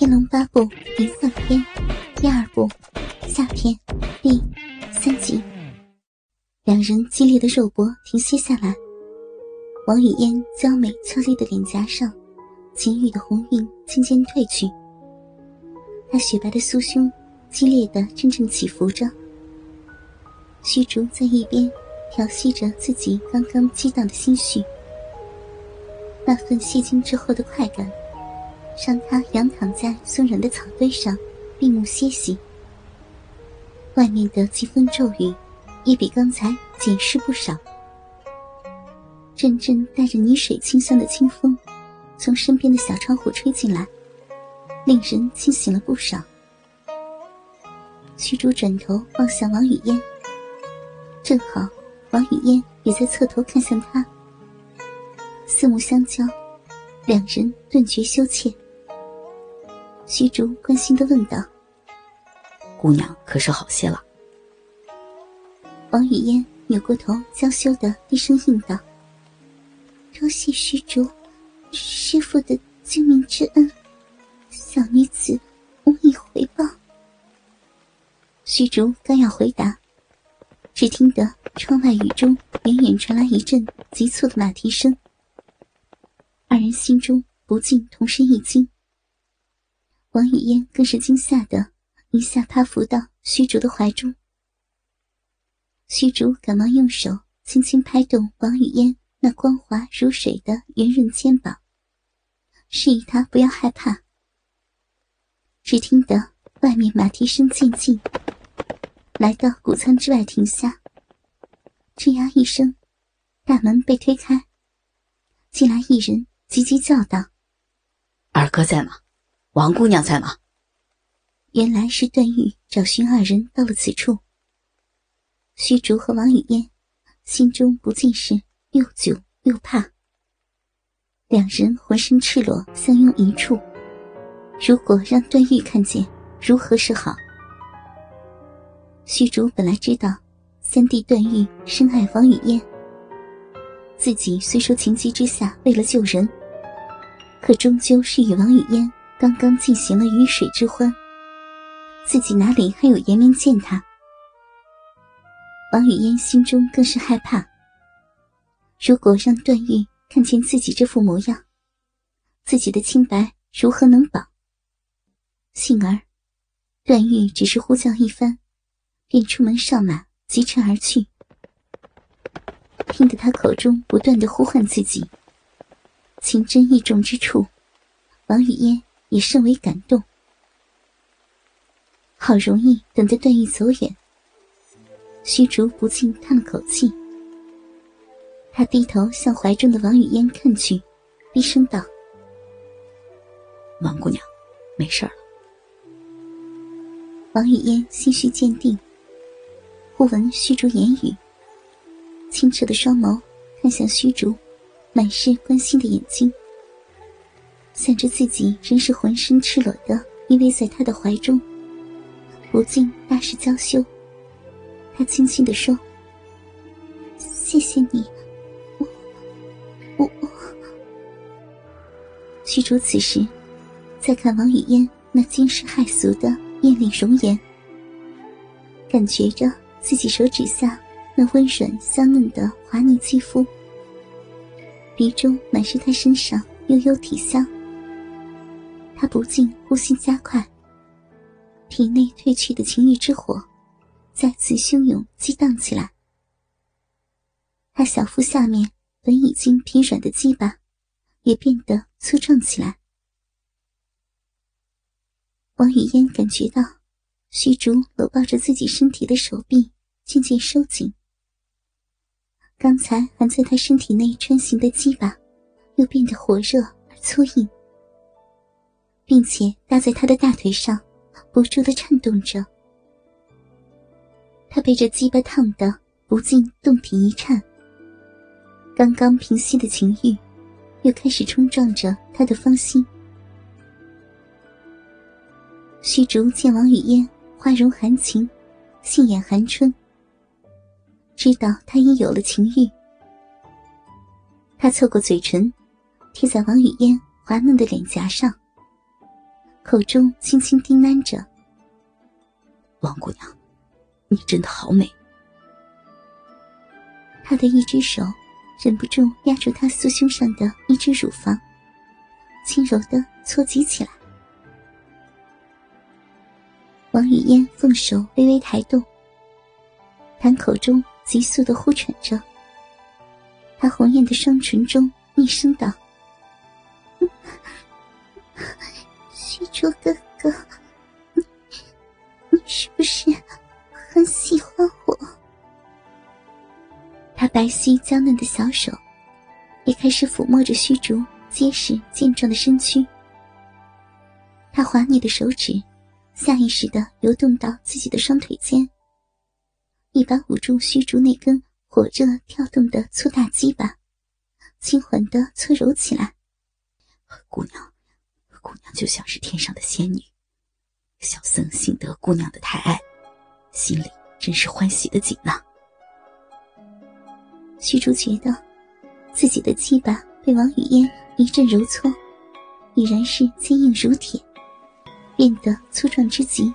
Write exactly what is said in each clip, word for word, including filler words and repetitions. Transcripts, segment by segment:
天龙八部》第四篇第二部下篇第三集。两人激烈的肉搏停歇下来，王语嫣娇美俏丽的脸颊上情欲的红晕渐渐褪去，她雪白的酥胸激烈的阵阵起伏着。虚竹在一边调息着自己刚刚激荡的心绪，那份吸精之后的快感让他仰躺在松软的草堆上闭目歇息。外面的疾风骤雨也比刚才减湿不少，阵阵带着泥水清香的清风从身边的小窗户吹进来，令人清醒了不少。虚竹转头望向王语嫣，正好王语嫣也在侧头看向他，四目相交，两人顿觉羞怯。虚竹关心地问道： 姑娘可是好些了？ 王语嫣扭过头娇羞地低声应道：多谢虚竹师父的救命之恩，小女子无以回报。虚竹刚要回答，只听得窗外雨中远远传来一阵急促的马蹄声，二人心中不禁同身一惊。王语嫣更是惊吓的一下趴伏到虚竹的怀中。虚竹赶忙用手轻轻拍动王语嫣那光滑如水的圆润肩膀，示意她不要害怕。只听得外面马蹄声渐近，来到谷仓之外停下，吱呀一声，大门被推开，进来一人急急叫道： 二哥在哪？王姑娘在哪？ 原来是段誉找寻二人到了此处。虚竹和王语嫣心中不禁是又窘又怕，两人浑身赤裸相拥一处，如果让段誉看见如何是好？虚竹本来知道三弟段誉深爱王语嫣，自己虽说情急之下为了救人，可终究是与王语嫣刚刚进行了鱼水之欢，自己哪里还有颜面见他？王语嫣心中更是害怕，如果让段誉看见自己这副模样，自己的清白如何能保？幸而段誉只是呼叫一番，便出门上马疾驰而去。听得他口中不断地呼唤自己，情真意重之处，王语嫣也甚为感动。好容易等得段誉走远，虚竹不禁叹了口气。他低头向怀中的王语嫣看去，低声道： 王姑娘没事了。 王语嫣心绪渐定，忽闻虚竹言语，清澈的双眸看向虚竹满是关心的眼睛，想着自己仍是浑身赤裸的依偎在他的怀中，不禁大是娇羞。他轻轻地说：谢谢你，我我我。虚竹此时再看王语嫣那惊世骇俗的艳丽容颜，感觉着自己手指下那温软香嫩的滑腻肌肤，鼻中满是他身上悠悠体香，他不禁呼吸加快，体内褪去的情欲之火再次汹涌激荡起来。他小腹下面本已经疲软的鸡巴也变得粗壮起来。王语嫣感觉到虚竹搂抱着自己身体的手臂渐渐收紧，刚才还在他身体内穿行的鸡巴又变得火热而粗硬，并且搭在他的大腿上不住地颤动着。他被这鸡巴烫得不禁动体一颤，刚刚平息的情欲又开始冲撞着他的芳心。虚竹见王语嫣花容含情，杏眼含春，知道他已有了情欲，他凑过嘴唇贴在王语嫣滑嫩的脸颊上， 口中轻轻叮囔着： 王姑娘，你真的好美。 他的一只手忍不住压住她酥胸上的一只乳房，轻柔地搓挤起来。王语嫣凤手微微抬动，潭口中急速地呼喘着。她红艳的双唇中厉声道：虚竹哥哥，你你是不是很喜欢我？他白皙娇嫩的小手也开始抚摸着虚竹结实健壮的身躯。他滑腻的手指下意识地游动到自己的双腿间，一把捂住虚竹那根火热跳动的粗大鸡巴，轻缓地搓揉起来。 姑娘，姑娘就像是天上的仙女，小僧幸得姑娘的抬爱，心里真是欢喜的紧呐。 虚竹觉得自己的鸡巴被王语嫣一阵揉搓，已然是坚硬如铁，变得粗壮之极。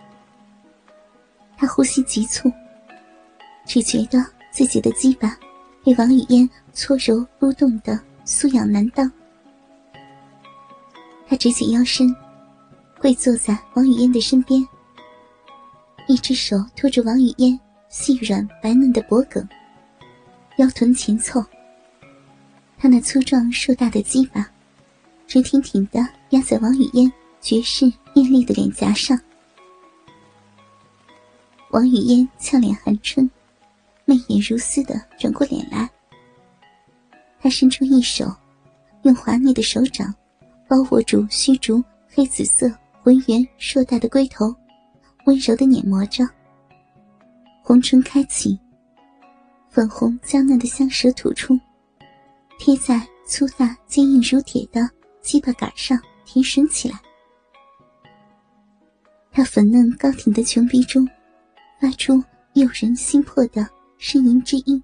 他呼吸急促，只觉得自己的鸡巴被王语嫣搓揉撸动的酥痒难当。他直起腰身，跪坐在王语嫣的身边，一只手托住王语嫣细软白嫩的脖颈，腰臀前凑，他那粗壮硕大的鸡巴直挺挺地压在王语嫣绝世艳丽的脸颊上。王语嫣俏脸含春，媚眼如丝地转过脸来。她伸出一手，用滑腻的手掌包握住虚竹黑紫色浑圆硕大的龟头，温柔地碾磨着。红唇开启，粉红娇嫩的香舌吐出，贴在粗大坚硬如铁的鸡巴杆上甜吮起来。他粉嫩高挺的琼鼻中发出诱人心魄的呻吟之音。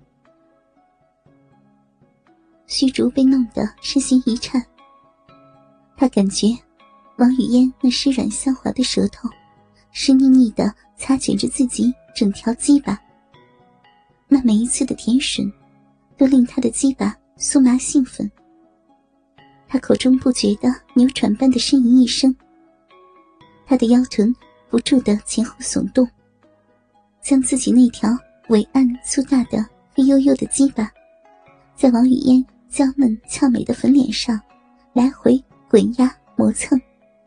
虚竹被弄得身心一颤，他感觉王语嫣那湿软香滑的舌头湿腻腻地擦卷着自己整条鸡巴，那每一次的甜吮都令他的鸡巴酥麻兴奋。他口中不觉得扭喘般的呻吟一声，他的腰臀不住地前后耸动，将自己那条伟岸粗大的黑黝黝的鸡巴在王语嫣娇嫩俏美的粉脸上来回滚压磨蹭。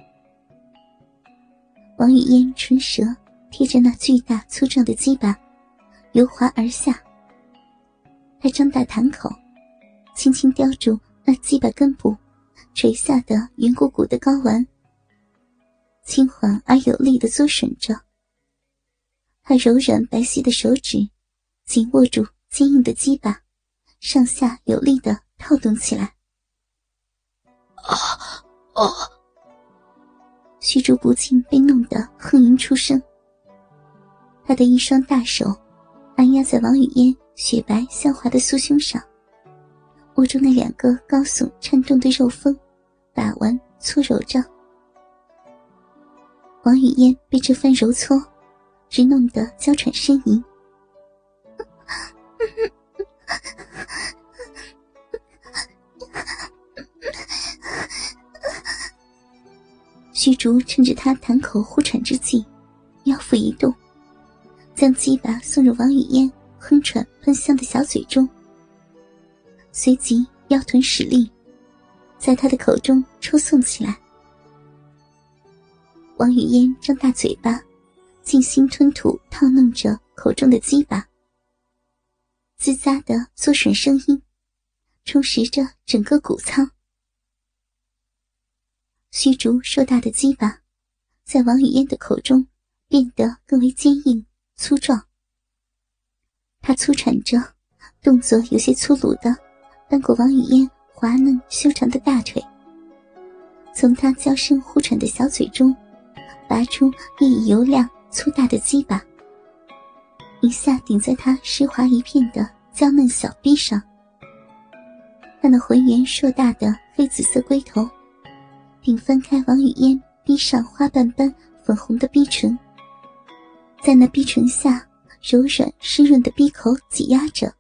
王语嫣唇舌贴着那巨大粗壮的鸡巴由滑而下，她张大潭口，轻轻叼住那鸡巴根部垂下的圆鼓鼓的睾丸，轻缓而有力地嘬吮着。她柔软白皙的手指紧握住坚硬的鸡巴，上下有力地套动起来。 啊啊！ 虚竹不禁被弄得哼吟出声。他的一双大手按压在王语嫣雪白香滑的酥胸上，握住那两个高耸颤动的肉峰，把玩搓揉着。王语嫣被这番揉搓直弄得娇喘呻吟。虚竹趁着他潭口呼喘之际，腰腹一动，将鸡巴送入王语嫣哼喘喷香的小嘴中，随即腰臀使力，在他的口中抽送起来。王语嫣张大嘴巴，尽心吞吐套弄着口中的鸡巴，滋咂的嘬吮声音充实着整个谷仓。虚竹硕大的鸡巴在王语嫣的口中变得更为坚硬粗壮。他粗喘着，动作有些粗鲁地翻过王语嫣滑嫩修长的大腿，从她娇声呼喘的小嘴中拔出一以油亮粗大的鸡巴，一下顶在她湿滑一片的娇嫩小臂上。他那浑圆硕大的黑紫色龟头并翻开王语嫣逼上花瓣般粉红的逼唇，在那逼唇下柔软湿润的逼口挤压着。